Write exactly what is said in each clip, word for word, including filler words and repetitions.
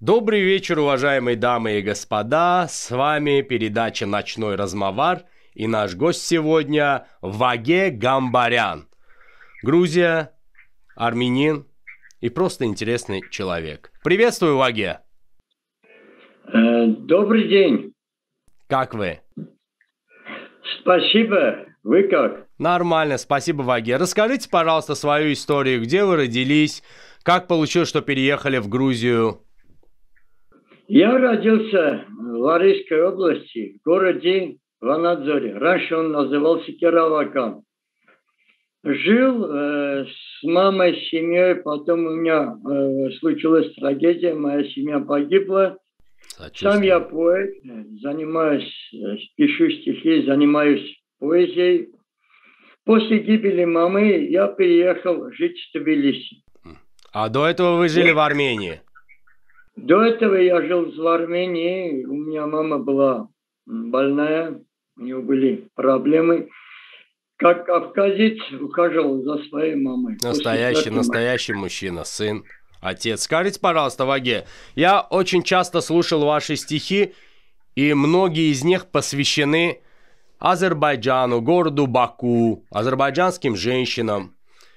Добрый вечер, уважаемые дамы и господа. С вами передача «Ночной размовар» и наш гость сегодня Ваге Гамбарян. Грузия, армянин и просто интересный человек. Приветствую, Ваге. Добрый день. Как вы? Спасибо. Вы как? Нормально, спасибо, Ваге. Расскажите, пожалуйста, свою историю. Где вы родились? Как получилось, что переехали в Грузию? Я родился в Ларисской области, в городе Ванадзоре. Раньше он назывался Кировакан. Жил э, с мамой, с семьей, потом у меня э, случилась трагедия, моя семья погибла. Сам я поэт, занимаюсь, пишу стихи, занимаюсь поэзией. После гибели мамы я переехал жить в Тбилиси. А до этого вы жили в Армении? До этого я жил в Армении. У меня мама была больная, у нее были проблемы. Как кавказец ухаживал за своей мамой. Настоящий, настоящий мужчина, сын, отец. Скажите, пожалуйста, Ваге, я очень часто слушал ваши стихи, и многие из них посвящены Азербайджану, городу Баку, азербайджанским женщинам.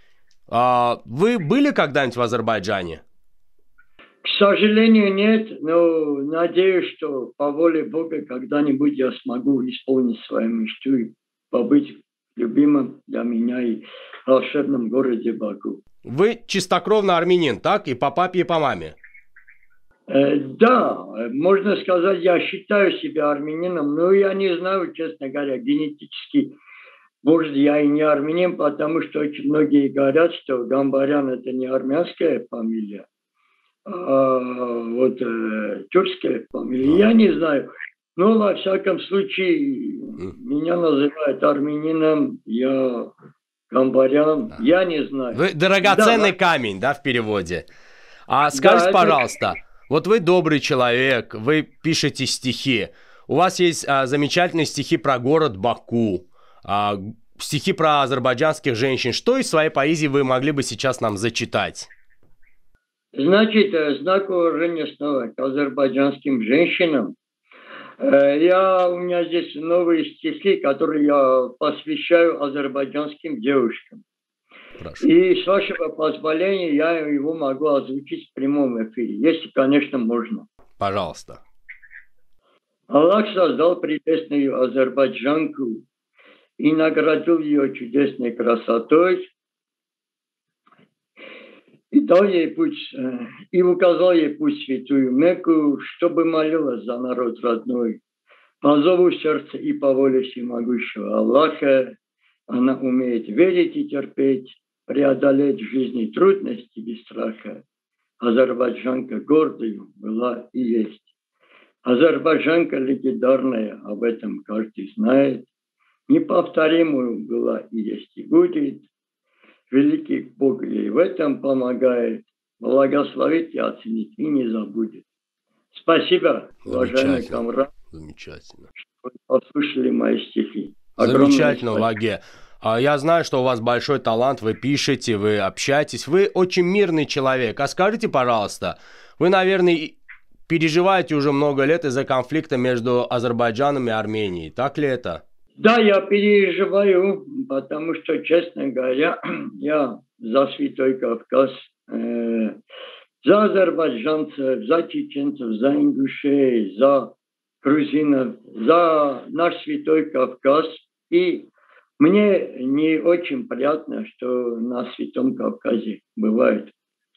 А вы были когда-нибудь в Азербайджане? К сожалению, нет, но надеюсь, что по воле Бога когда-нибудь я смогу исполнить свою мечту и побыть любимым для меня и волшебном городе Баку. Вы чистокровный армянин, так? И по папе, и по маме? Э, да, можно сказать, я считаю себя армянином, но я не знаю, честно говоря, генетически, может, я и не армянин, потому что очень многие говорят, что Гамбарян – это не армянская фамилия, а вот э, тюркская фамилия. Я не знаю. Но, во всяком случае, меня называют армянином, я Гамбарян, да. Я не знаю. Вы драгоценный да, камень, да, в переводе. А скажите, да, пожалуйста, это... вот вы добрый человек, вы пишете стихи. У вас есть а, замечательные стихи про город Баку, а, стихи про азербайджанских женщин. Что из своей поэзии вы могли бы сейчас нам зачитать? Значит, знак уважения снова к азербайджанским женщинам. Я, у меня здесь новые стихи, которые я посвящаю азербайджанским девушкам. Прошу. И с вашего позволения я его могу озвучить в прямом эфире, если, конечно, можно. Пожалуйста. Аллах создал прелестную азербайджанку и наградил ее чудесной красотой, и дал ей путь, и указал ей путь в святую Мекку, чтобы молилась за народ родной. По зову сердца и по воле всемогущего Аллаха она умеет верить и терпеть, преодолеть в жизни трудности без страха. Азербайджанка гордою была и есть. Азербайджанка легендарная, об этом каждый знает. Неповторимую была и есть и будет. Великий Бог ей в этом помогает, благословит и оценит, и не забудет. Спасибо, уважаемый камрад. Замечательно. Что вы послушали мои стихи. Замечательно, Ваге. Я знаю, что у вас большой талант, вы пишете, вы общаетесь, вы очень мирный человек. А скажите, пожалуйста, вы, наверное, переживаете уже много лет из-за конфликта между Азербайджаном и Арменией, так ли это? Да, я переживаю, потому что, честно говоря, я за Святой Кавказ, э, за азербайджанцев, за чеченцев, за ингушей, за грузинов, за наш Святой Кавказ. И мне не очень приятно, что на Святом Кавказе бывают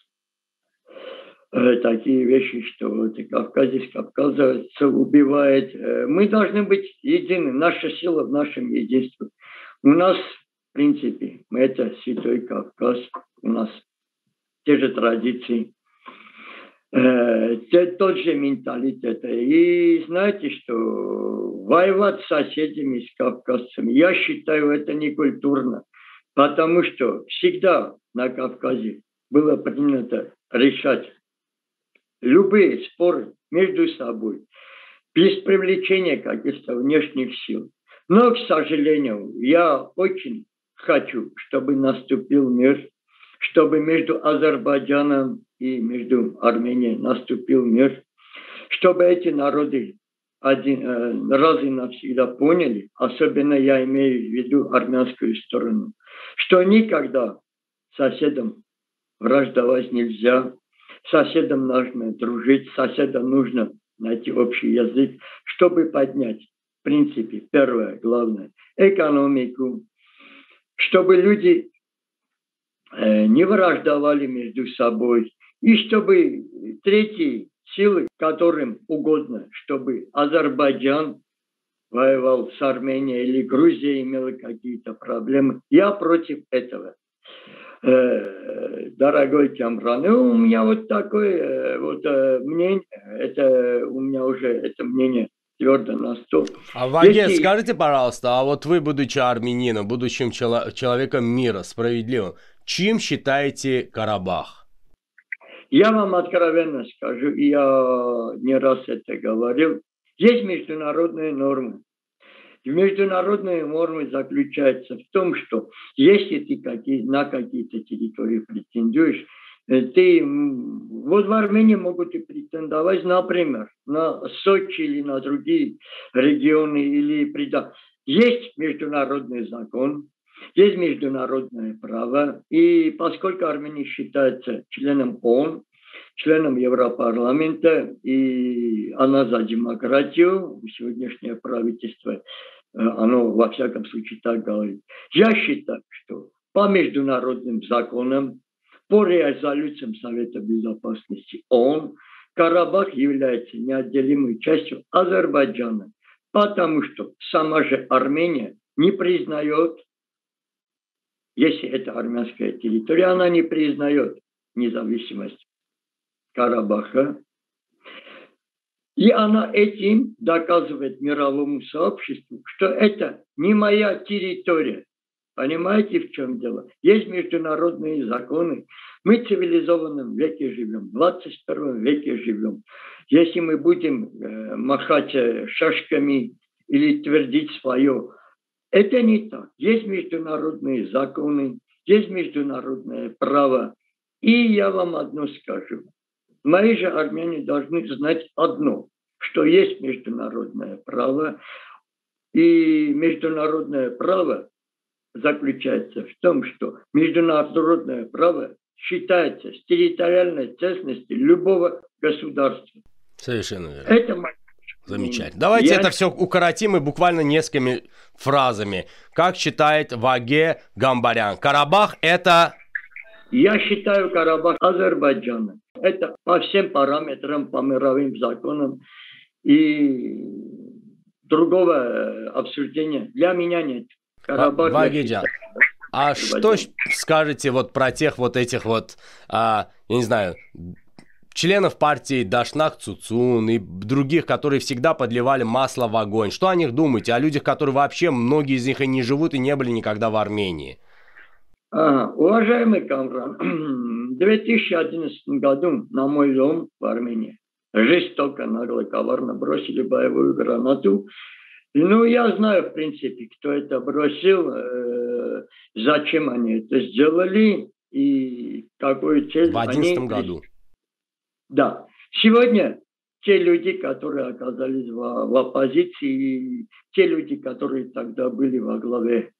такие вещи, что вот кавказец кавказца убивает. Мы должны быть едины. Наша сила в нашем единстве. У нас, в принципе, это Святой Кавказ, у нас те же традиции, те, тот же менталитет. И знаете, что воевать с соседями, с кавказцами, я считаю, это не культурно, потому что всегда на Кавказе было принято решать любые споры между собой, без привлечения каких-то внешних сил. Но, к сожалению, я очень хочу, чтобы наступил мир, чтобы между Азербайджаном и между Арменией наступил мир, чтобы эти народы один, э, раз и навсегда поняли, особенно я имею в виду армянскую сторону, что никогда соседям враждовать нельзя, соседям нужно дружить, соседям нужно найти общий язык, чтобы поднять, в принципе, первое, главное, экономику, чтобы люди э, не враждовали между собой, и чтобы третьи силы, которым угодно, чтобы Азербайджан воевал с Арменией или Грузия имела какие-то проблемы. Я против этого. Э, дорогой Камран, ну, у меня вот такое э, вот э, мнение, это у меня уже это мнение твердо на стол. А Ваге, Если скажите, пожалуйста, а вот вы, будучи армянином, будущим чело- человеком мира, справедливым, чьим считаете Карабах? я вам откровенно скажу, и я не раз это говорил, есть международные нормы. И международные нормы заключаются в том, что если ты какие, на какие-то территории претендуешь, э, ты м, вот в Армении могут и претендовать, например, на Сочи или на другие регионы или преда. Есть международный закон, есть международное право, и поскольку Армения считается членом ООН, членом Европарламента, и она за демократию, сегодняшнее правительство, э, оно во всяком случае так говорит. Я считаю, что по международным законам, по резолюциям Совета Безопасности ООН, Карабах является неотделимой частью Азербайджана, потому что сама же Армения не признает, если это армянская территория, она не признает независимость Карабаха. И она этим доказывает мировому сообществу, что это не моя территория. Понимаете, в чем дело? Есть международные законы. Мы в цивилизованном веке живем, в двадцать первом веке живем. Если мы будем э, махать шашками или твердить свое, это не так. Есть международные законы, есть международное право. И я вам одно скажу. Мои же армяне должны знать одно, что есть международное право, и международное право заключается в том, что международное право считается с территориальной целостностью любого государства. Совершенно верно. Это мое Замечательно. мнение. Давайте Я это все укоротим и буквально несколькими фразами. Как считает Ваге Гамбарян? Карабах это... Я считаю Карабах Азербайджаном. Это по всем параметрам, по мировым законам. И другого обсуждения для меня нет. Карабах я Вагеджан, считаю а что Азербайджаном. скажете вот про тех вот этих вот, а, я не знаю, членов партии Дашнак Цуцун и других, которые всегда подливали масло в огонь? Что о них думаете? О людях, которые вообще, многие из них и не живут, и не были никогда в Армении? Ага, уважаемый Камран, в две тысячи одиннадцатом году на мой дом в Армении жестоко, нагло, коварно бросили боевую гранату. Ну, я знаю, в принципе, кто это бросил, э, зачем они это сделали и какую цель В они... одиннадцатом году. Да. Сегодня те люди, которые оказались в, в оппозиции, те люди, которые тогда были во главе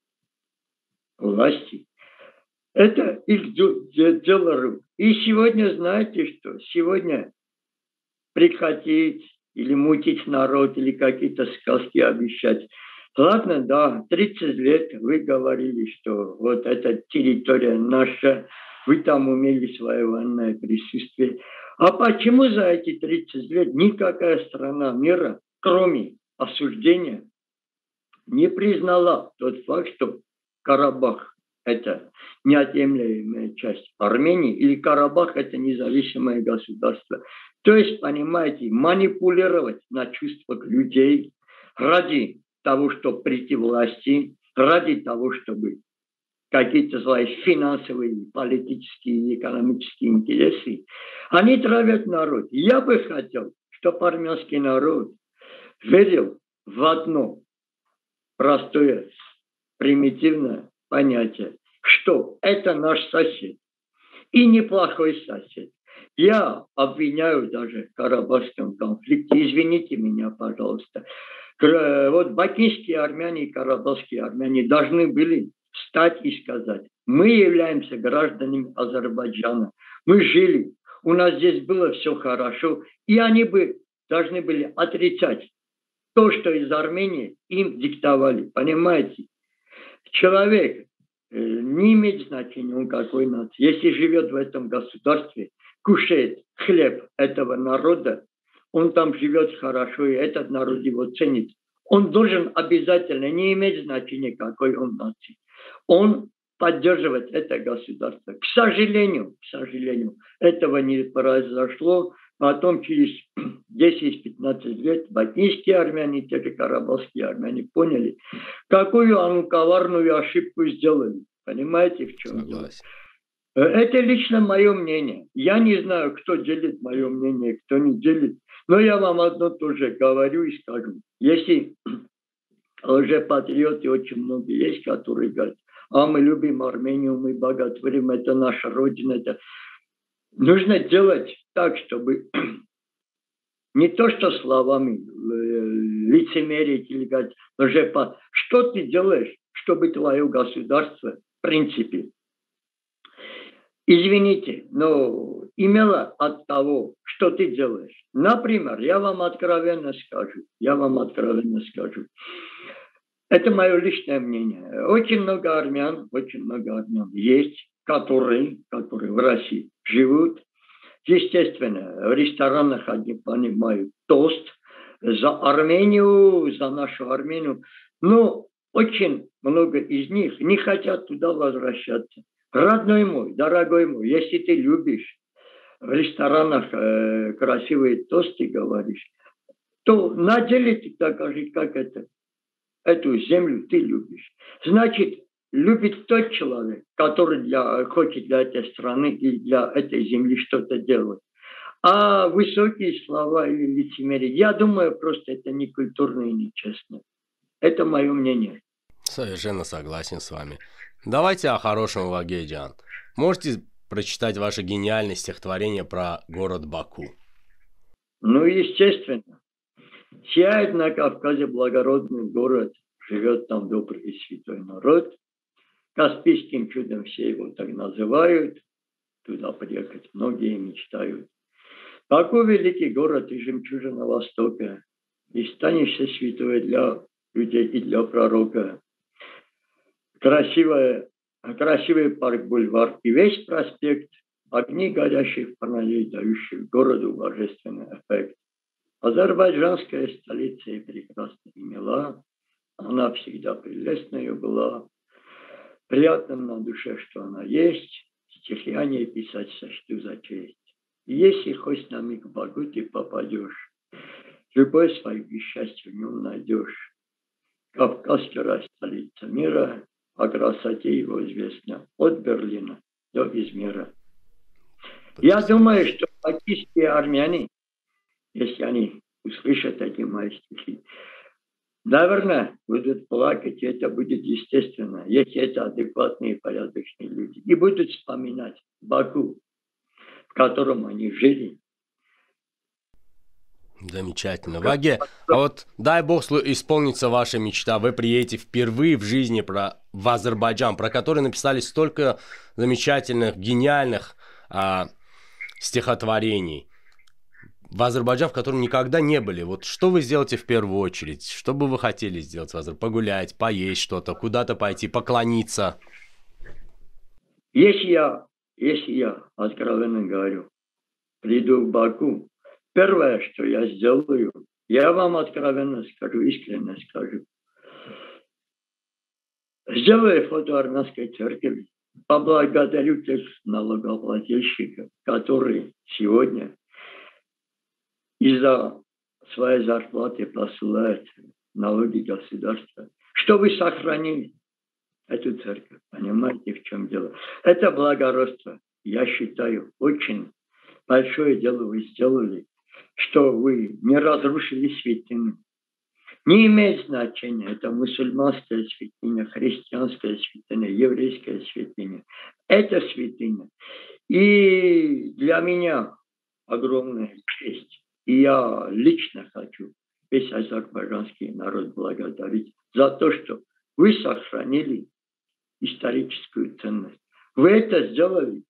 власти, это их дело рук. И сегодня, знаете что, сегодня прихотеть или мутить народ, или какие-то сказки обещать. Ладно, да, тридцать лет вы говорили, что вот эта территория наша, вы там умели свое военное присутствие. А почему за эти тридцать лет никакая страна мира, кроме осуждения, не признала тот факт, что Карабах – это неотъемлемая часть Армении, или Карабах – это независимое государство. То есть, понимаете, манипулировать на чувствах людей ради того, чтобы прийти к власти, ради того, чтобы какие-то свои финансовые, политические и экономические интересы, они травят народ. Я бы хотел, чтобы армянский народ верил в одно простое, примитивное понятие, что это наш сосед. и неплохой сосед. Я обвиняю даже в Карабахском конфликте. Извините меня, пожалуйста. Вот бакинские армяне и карабахские армяне должны были встать и сказать: мы являемся гражданами Азербайджана. Мы жили, у нас здесь было все хорошо. И они бы должны были отрицать то, что из Армении им диктовали. Понимаете? Человек э, не имеет значения, он какой нации. Если живет в этом государстве, кушает хлеб этого народа, он там живет хорошо, и этот народ его ценит. Он должен обязательно, не иметь значения, какой он нации. Он поддерживает это государство. К сожалению, к сожалению, этого не произошло. Потом через десять-пятнадцать лет бакинские армяне, те же карабахские армяне поняли, какую они коварную ошибку сделали. Понимаете, в чем дело? Это лично мое мнение. Я не знаю, кто делит мое мнение, кто не делит. Но я вам одно тоже говорю и скажу. Если лжепатриоты очень много есть, которые говорят: а мы любим Армению, мы боготворим, это наша родина. Это... Нужно делать так, чтобы не то, что словами лицемерить или говорить лжепат. Что ты делаешь, чтобы твое государство, в принципе, извините, но имело от того, что ты делаешь. Например, я вам откровенно скажу, я вам откровенно скажу. Это мое личное мнение. Очень много армян, очень много армян есть, которые, которые в России живут. Естественно, в ресторанах они понимают тост за Армению, за нашу Армению. Но очень много из них не хотят туда возвращаться. Родной мой, дорогой мой, если ты любишь в ресторанах э, красивые тосты говоришь, то на деле ты докажи, как это. Эту землю ты любишь. Значит, любит тот человек, который для, хочет для этой страны и для этой земли что-то делать. А высокие слова или лицемерие, я думаю, просто это не культурно и нечестно. Это мое мнение. Совершенно согласен с вами. Давайте о хорошем, Вагейджан. Можете прочитать ваше гениальное стихотворение про город Баку? Ну, естественно. Сияет на Кавказе благородный город, живет там добрый и святой народ. Каспийским чудом все его так называют. Туда приехать многие мечтают. Баку великий город и жемчужина Востока. И станешься святой для людей и для пророка. Красивая, красивый парк-бульвар и весь проспект. Огни горящих фонарей, дающих городу божественный эффект. Азербайджанская столица и прекрасна и мила. Она всегда прелестная была. Приятно на душе, что она есть. Стихи о ней писать сочту за честь. И если хоть на миг в Баку ты попадешь, любовь свою и счастье в нем найдешь. Кавказ вторая столица мира, о красоте его известно от Берлина до Измира. Я думаю, что бакинские армяне, если они услышат эти мои стихи, наверное, будут плакать, и это будет естественно, если это адекватные и порядочные люди. И будут вспоминать Баку, в котором они жили. Замечательно. Ваге, а вот дай бог исполнится ваша мечта. Вы приедете впервые в жизни про, в Азербайджан, про который написали столько замечательных, гениальных а, стихотворений. В Азербайджан, в котором никогда не были. Вот что вы сделаете в первую очередь? Что бы вы хотели сделать в Азербайджане? Погулять, поесть что-то, куда-то пойти, поклониться? Если я, если я откровенно говорю, приду в Баку, первое, что я сделаю, я вам откровенно скажу, искренне скажу. Сделаю фото армянской церкви, поблагодарю тех налогоплательщиков, которые сегодня из-за своей зарплаты посылают налоги государства, чтобы сохранили эту церковь. Понимаете, в чем дело? Это благородство, я считаю, очень большое дело вы сделали, что вы не разрушили святыню. Не имеет значения, это мусульманская святыня, христианская святыня, еврейская святыня. Это святыня. И для меня огромная честь. И я лично хочу весь азербайджанский народ благодарить за то, что вы сохранили историческую ценность. Вы это сделали,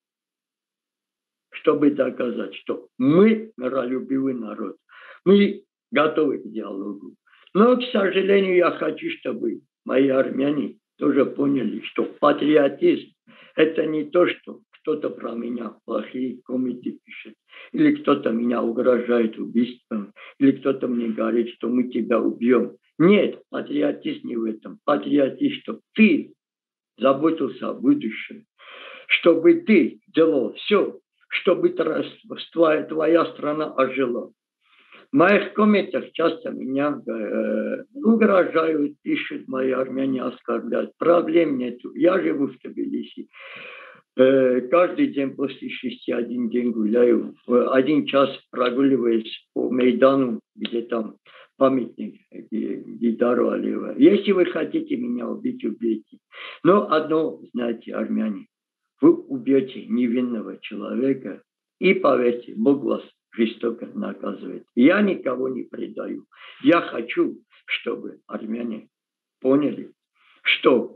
чтобы доказать, что мы миролюбивый народ. Мы готовы к диалогу. Но, к сожалению, я хочу, чтобы мои армяне тоже поняли, что патриотизм – это не то, что кто-то про меня плохие комменты пишет, или кто-то меня угрожает убийством, или кто-то мне говорит, что мы тебя убьем. Нет, патриотизм не в этом. Патриотизм, чтобы ты заботился о будущем, чтобы ты делал все, чтобы твоя, твоя страна ожила. В моих комментах часто меня э, угрожают, пишут, мои армяне оскорбляют. Проблем нету. Я живу в Тбилиси. Э, каждый день после шести один день гуляю. Один час прогуливаюсь по Мейдану, где там памятник Гидару Алиева. Если вы хотите меня убить, убейте. Но одно, знаете, армяне, вы убьете невинного человека, и поверьте, Бог вас жестоко наказывает. Я никого не предаю. Я хочу, чтобы армяне поняли, что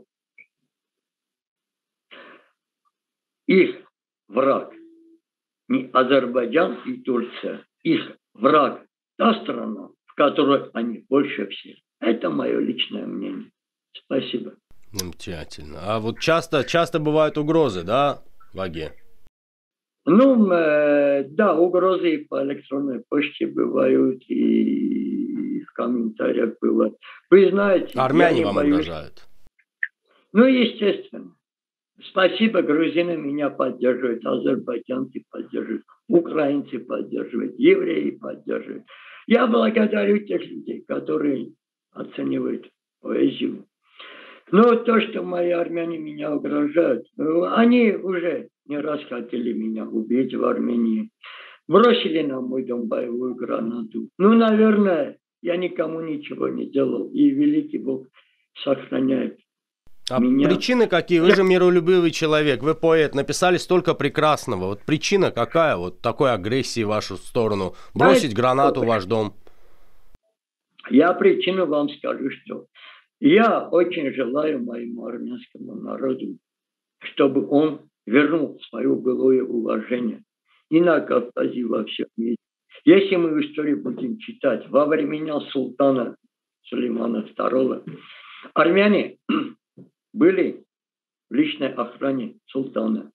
их враг не Азербайджан и Турция, их враг та страна, в которой они больше всех. Это мое личное мнение. Спасибо. Замечательно. А вот часто, часто бывают угрозы, да, в Аге? Ну, э, да, угрозы и по электронной почте бывают, и в комментариях бывают. Вы знаете, армяне я не вам боюсь. угрожают? Ну, естественно. Спасибо, грузины меня поддерживают, азербайджанцы поддерживают, украинцы поддерживают, евреи поддерживают. Я благодарю тех людей, которые оценивают поэзию. Но то, что мои армяне меня угрожают, они уже не раз хотели меня убить в Армении. Бросили на мой дом боевую гранату. Ну, наверное, я никому ничего не делал. И великий Бог сохраняет а меня. Причины какие? Вы же миролюбивый человек, вы поэт, написали столько прекрасного. Вот причина какая вот такой агрессии в вашу сторону? Бросить а гранату в ваш дом? Я причину вам скажу, что я очень желаю моему армянскому народу, чтобы он вернул свое былое уважение и на Кавказе, и во всем мире. Если мы историю будем читать, во времена султана Сулеймана второго, армяне были в личной охране султана.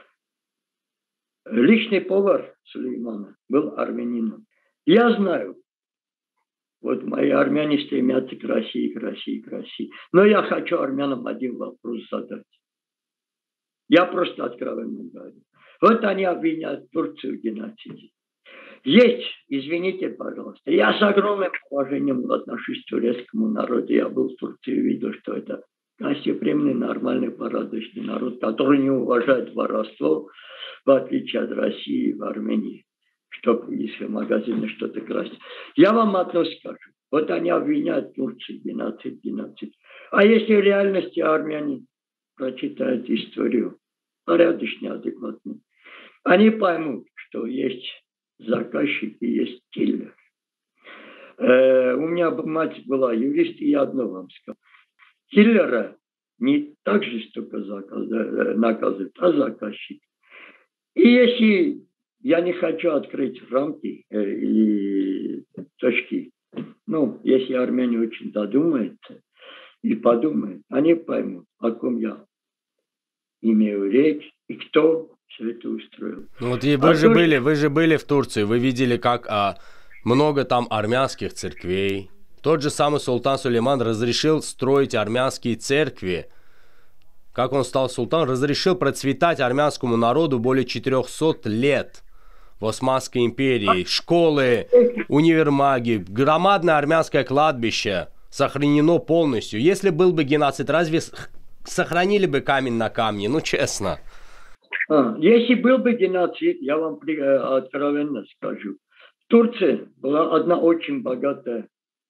Личный повар Сулеймана был армянином. Я знаю, вот мои армяне стремятся к России, к России, к России. Но я хочу армянам один вопрос задать. Я просто откровенно говорю. Вот они обвиняют Турцию в геноциде. Есть, извините, пожалуйста, я с огромным уважением отношусь к турецкому народу. Я был в Турции и видел, что это гостеприимный, нормальный, порядочный народ, который не уважает воровство, в отличие от России в Армении, чтобы если в магазине что-то красть. Я вам одно скажу. Вот они обвиняют Турцию, геноцид, геноцид. А если в реальности армяне прочитают историю, порядочно, адекватно, они поймут, что есть заказчик и есть киллер. Э, у меня мать была юрист, и я одно вам скажу. Киллера не так жестоко наказывают, а заказчик. И если я не хочу открыть рамки э, и точки, ну, если армяне очень додумаются и подумают, они поймут, о ком я имею речь и кто все это устроил. Ну вот и вы, а же то, были, вы же были в Турции, вы видели, как а, много там армянских церквей. Тот же самый султан Сулейман разрешил строить армянские церкви. Как он стал султаном, разрешил процветать армянскому народу более четырехсот лет в Османской империи. Школы, универмаги, громадное армянское кладбище сохранено полностью. Если был бы геноцид, разве сохранили бы камень на камне? Ну, честно. А, если был бы геноцид, я вам откровенно скажу. В Турции была одна очень богатая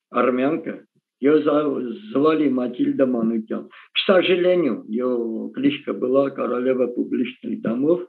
армянка. Ее звали Матильда Манукян. К сожалению, ее кличка была королева публичных домов.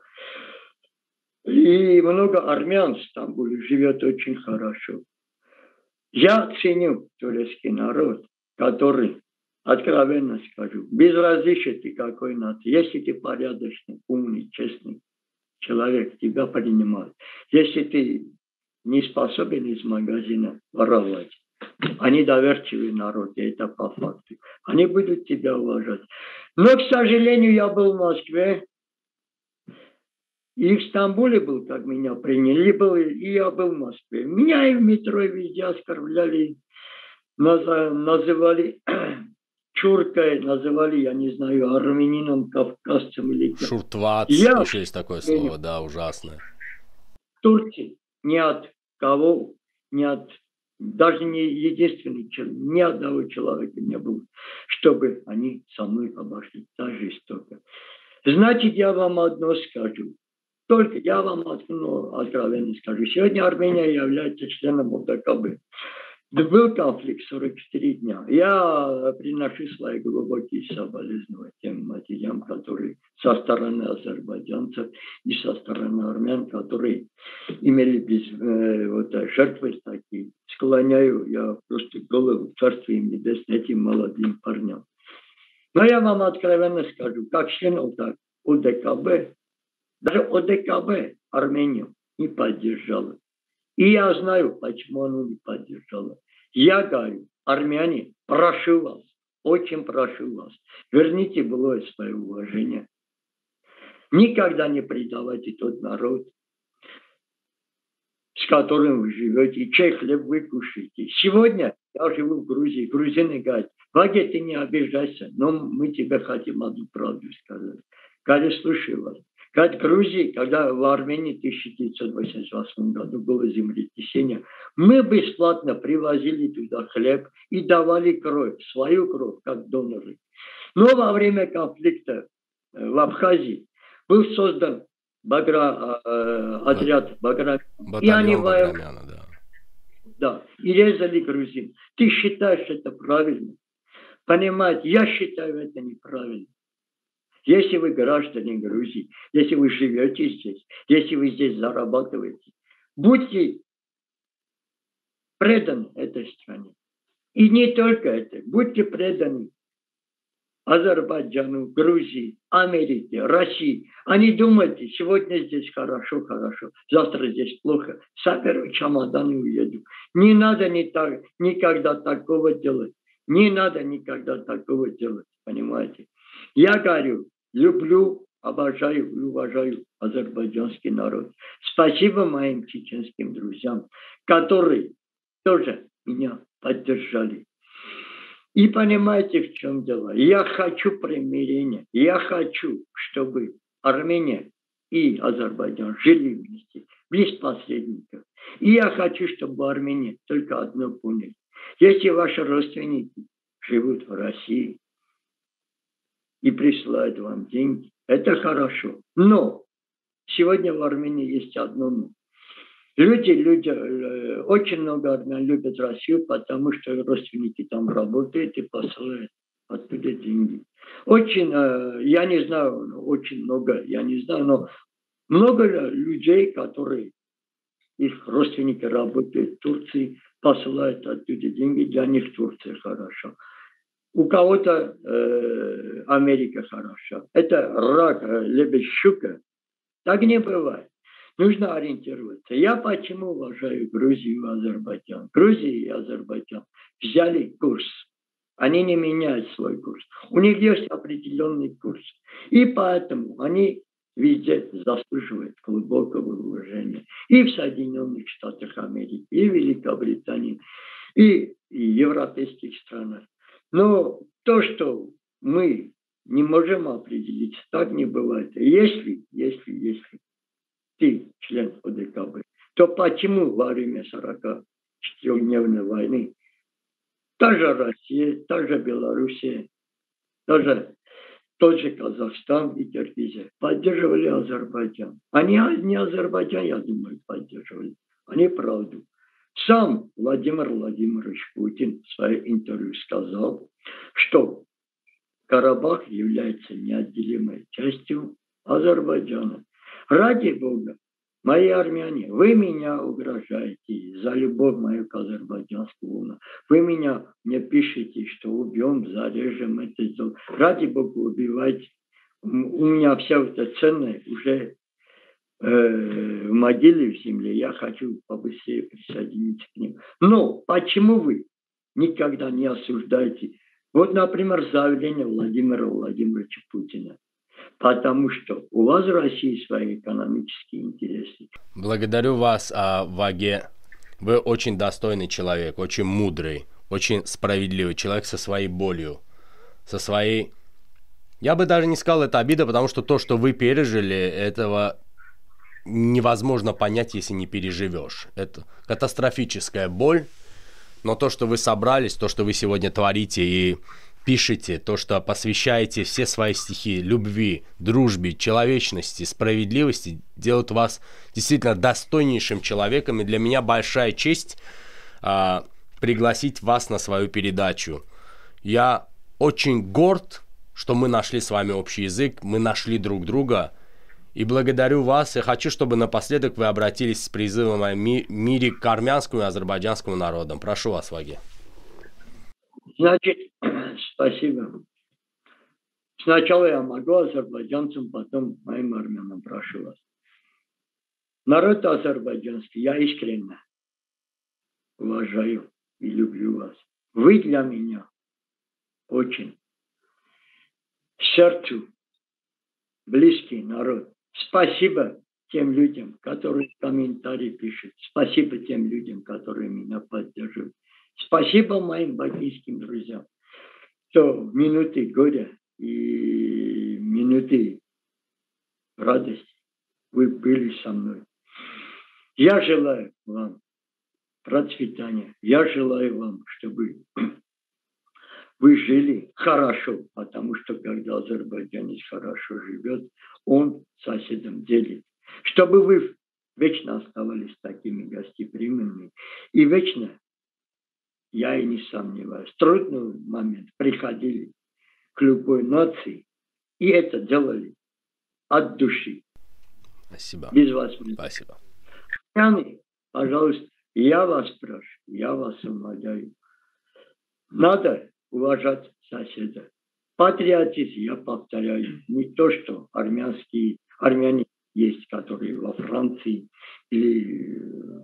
И много армян в Стамбуле живет очень хорошо. Я ценю турецкий народ, который, откровенно скажу, безразличен ты какой нации. Если ты порядочный, умный, честный человек, тебя принимают. Если ты не способен из магазина воровать, они доверчивый народ, и это по факту. Они будут тебя уважать. Но, к сожалению, я был в Москве, и в Стамбуле был, как меня приняли, был, и я был в Москве. Меня и в метро, и везде оскорбляли, называли чуркой, называли, я не знаю, армянином, кавказцем или... Шуртвац, я... еще есть такое слово, да, ужасное. В Турции ни от кого, ни от... Даже не единственный человек, ни одного человека не было, чтобы они со мной обошлись. Так жестоко. Значит, я вам одно скажу. Только я вам ну, откровенно скажу. Сегодня Армения является членом ОДКБ. Был конфликт сорок четыре дня. Я приношу свои глубокие соболезнования тем матерям, которые со стороны азербайджанцев и со стороны армян, которые имели без, э, вот, жертвы такие. Склоняю я просто голову царствия им небесное этим молодым парням. Но я вам откровенно скажу, как член ОДКБ, даже ОДКБ Армению не поддержала. И я знаю, почему она не поддержала. Я говорю, армяне, прошу вас, очень прошу вас, верните былое свое уважение. Никогда не предавайте тот народ, с которым вы живете, чей хлеб вы кушаете. Сегодня я живу в Грузии, грузины говорят, Ваге, ты не обижайся, но мы тебе хотим одну правду сказать. Говорю, слушаю вас. Как в Грузии, когда в Армении в тысяча девятьсот восемьдесят восьмом году было землетрясение, мы бесплатно привозили туда хлеб и давали кровь, свою кровь, как доноры. Но во время конфликта в Абхазии был создан Багра, э, отряд Баграмян. И они воевали. Да. Да, и резали грузин. Ты считаешь это правильно? Понимаете, я считаю это неправильно. Если вы граждане Грузии, если вы живете здесь, если вы здесь зарабатываете, будьте преданы этой стране. И не только это. Будьте преданы Азербайджану, Грузии, Америке, России. А не думайте, сегодня здесь хорошо, хорошо, завтра здесь плохо. Соберу чемодан и уеду. Не надо ни так, никогда такого делать. Не надо никогда такого делать, понимаете? Я говорю, люблю, обожаю и уважаю азербайджанский народ. Спасибо моим чеченским друзьям, которые тоже меня поддержали. И понимаете, в чем дело? Я хочу примирения. Я хочу, чтобы Армения и Азербайджан жили вместе, без посредников. И я хочу, чтобы Армения только одно поняли. Если ваши родственники живут в России и присылают вам деньги, это хорошо. Но сегодня в Армении есть одно но. Люди, люди, очень много армян любят Россию, потому что родственники там работают и посылают оттуда деньги. Очень, я не знаю, очень много, я не знаю, но много людей, которые, их родственники работают в Турции, посылают оттуда деньги, для них Турция хорошо. У кого-то э, Америка хороша. Это рак, лебедь, щука. Так не бывает. Нужно ориентироваться. Я почему уважаю Грузию и Азербайджан? Грузия и Азербайджан взяли курс. Они не меняют свой курс. У них есть определенный курс. И поэтому они везде заслуживают глубокого уважения. И в Соединенных Штатах Америки, и в Великобритании, и в европейских странах. Но то, что мы не можем определить, так не бывает. Если, если, если ты член ОДКБ, то почему во время сорокачетырёхдневной войны та же Россия, та же Белоруссия, та же, тот же Казахстан и Киргизия поддерживали Азербайджан? Они не Азербайджан, я думаю, поддерживали. Они правду. Сам Владимир Владимирович Путин в своем интервью сказал, что Карабах является неотделимой частью Азербайджана. Ради Бога, мои армяне, вы меня угрожаете за любовь мою к азербайджанскому. Вы меня мне пишете, что убьем, зарежем это сделаем. Ради Бога, убивайте. У меня вся эта ценная уже э, в могиле в земле. Я хочу побыстрее присоединиться к ним. Но почему вы никогда не осуждаете? Вот, например, заявление Владимира Владимировича Путина. Потому что у вас в России свои экономические интересы. Благодарю вас, а, Ваге. Вы очень достойный человек, очень мудрый, очень справедливый человек со своей болью, со своей... Я бы даже не сказал, это обида, потому что то, что вы пережили, этого невозможно понять, если не переживешь. Это катастрофическая боль, но то, что вы собрались, то, что вы сегодня творите и пишете, то, что посвящаете все свои стихи любви, дружбе, человечности, справедливости, делает вас действительно достойнейшим человеком. И для меня большая честь а, пригласить вас на свою передачу. Я очень горд, что мы нашли с вами общий язык, мы нашли друг друга. И благодарю вас. Я хочу, чтобы напоследок вы обратились с призывом о ми- мире к армянскому и азербайджанскому народам. Прошу вас, Ваге. Значит, спасибо. Сначала я могу азербайджанцам, потом моим армянам, прошу вас. Народ азербайджанский, я искренне уважаю и люблю вас. Вы для меня очень сердцу близкий народ. Спасибо тем людям, которые комментарии пишут. Спасибо тем людям, которые меня поддерживают. Спасибо моим бакинским друзьям, что в минуты горя и минуты радости вы были со мной. Я желаю вам процветания. Я желаю вам, чтобы вы жили хорошо, потому что когда азербайджанец хорошо живет, он соседом делит. Чтобы вы вечно оставались такими гостеприимными и вечно, я и не сомневаюсь, в трудный момент приходили к любой нации и это делали от души. Спасибо. Без вас. Спасибо. Пожалуйста, я вас прошу, я вас умоляю. Надо уважать соседа. Патриотизм, я повторяю, не то, что армянские, армяне есть, которые во Франции или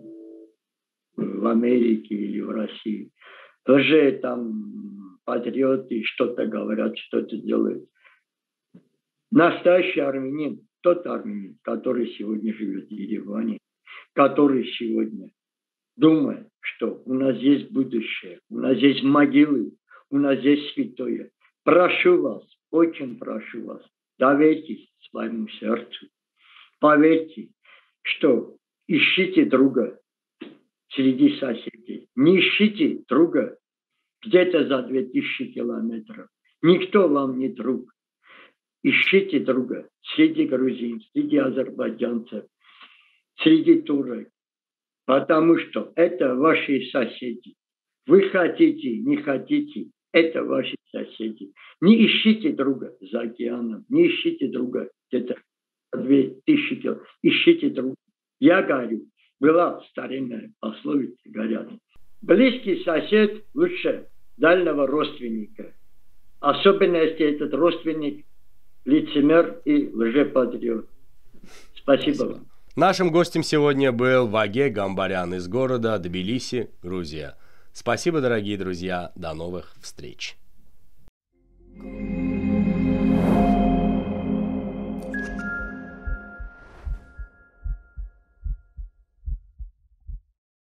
в Америке или в России. Тоже там патриоты что-то говорят, что-то делают. Настоящий армянин, тот армянин, который сегодня живет в Ереване, который сегодня думает, что у нас есть будущее, у нас есть могилы, у нас есть святое. Прошу вас, очень прошу вас, доверьтесь своему сердцу. Поверьте, что ищите друга среди соседей. Не ищите друга где-то за две тысячи километров. Никто вам не друг. Ищите друга среди грузин, среди азербайджанцев, среди турок. Потому что это ваши соседи. Вы хотите, не хотите, это ваши соседи. Не ищите друга за океаном, не ищите друга где-то две тысячи километров. Ищите друга. Я говорю, была старинная пословица, говорят, близкий сосед лучше дальнего родственника. Особенно, если этот родственник лицемер и лжепатриот. Спасибо, Спасибо вам. Нашим гостем сегодня был Ваге Гамбарян из города Тбилиси, Грузия. Спасибо, дорогие друзья. До новых встреч.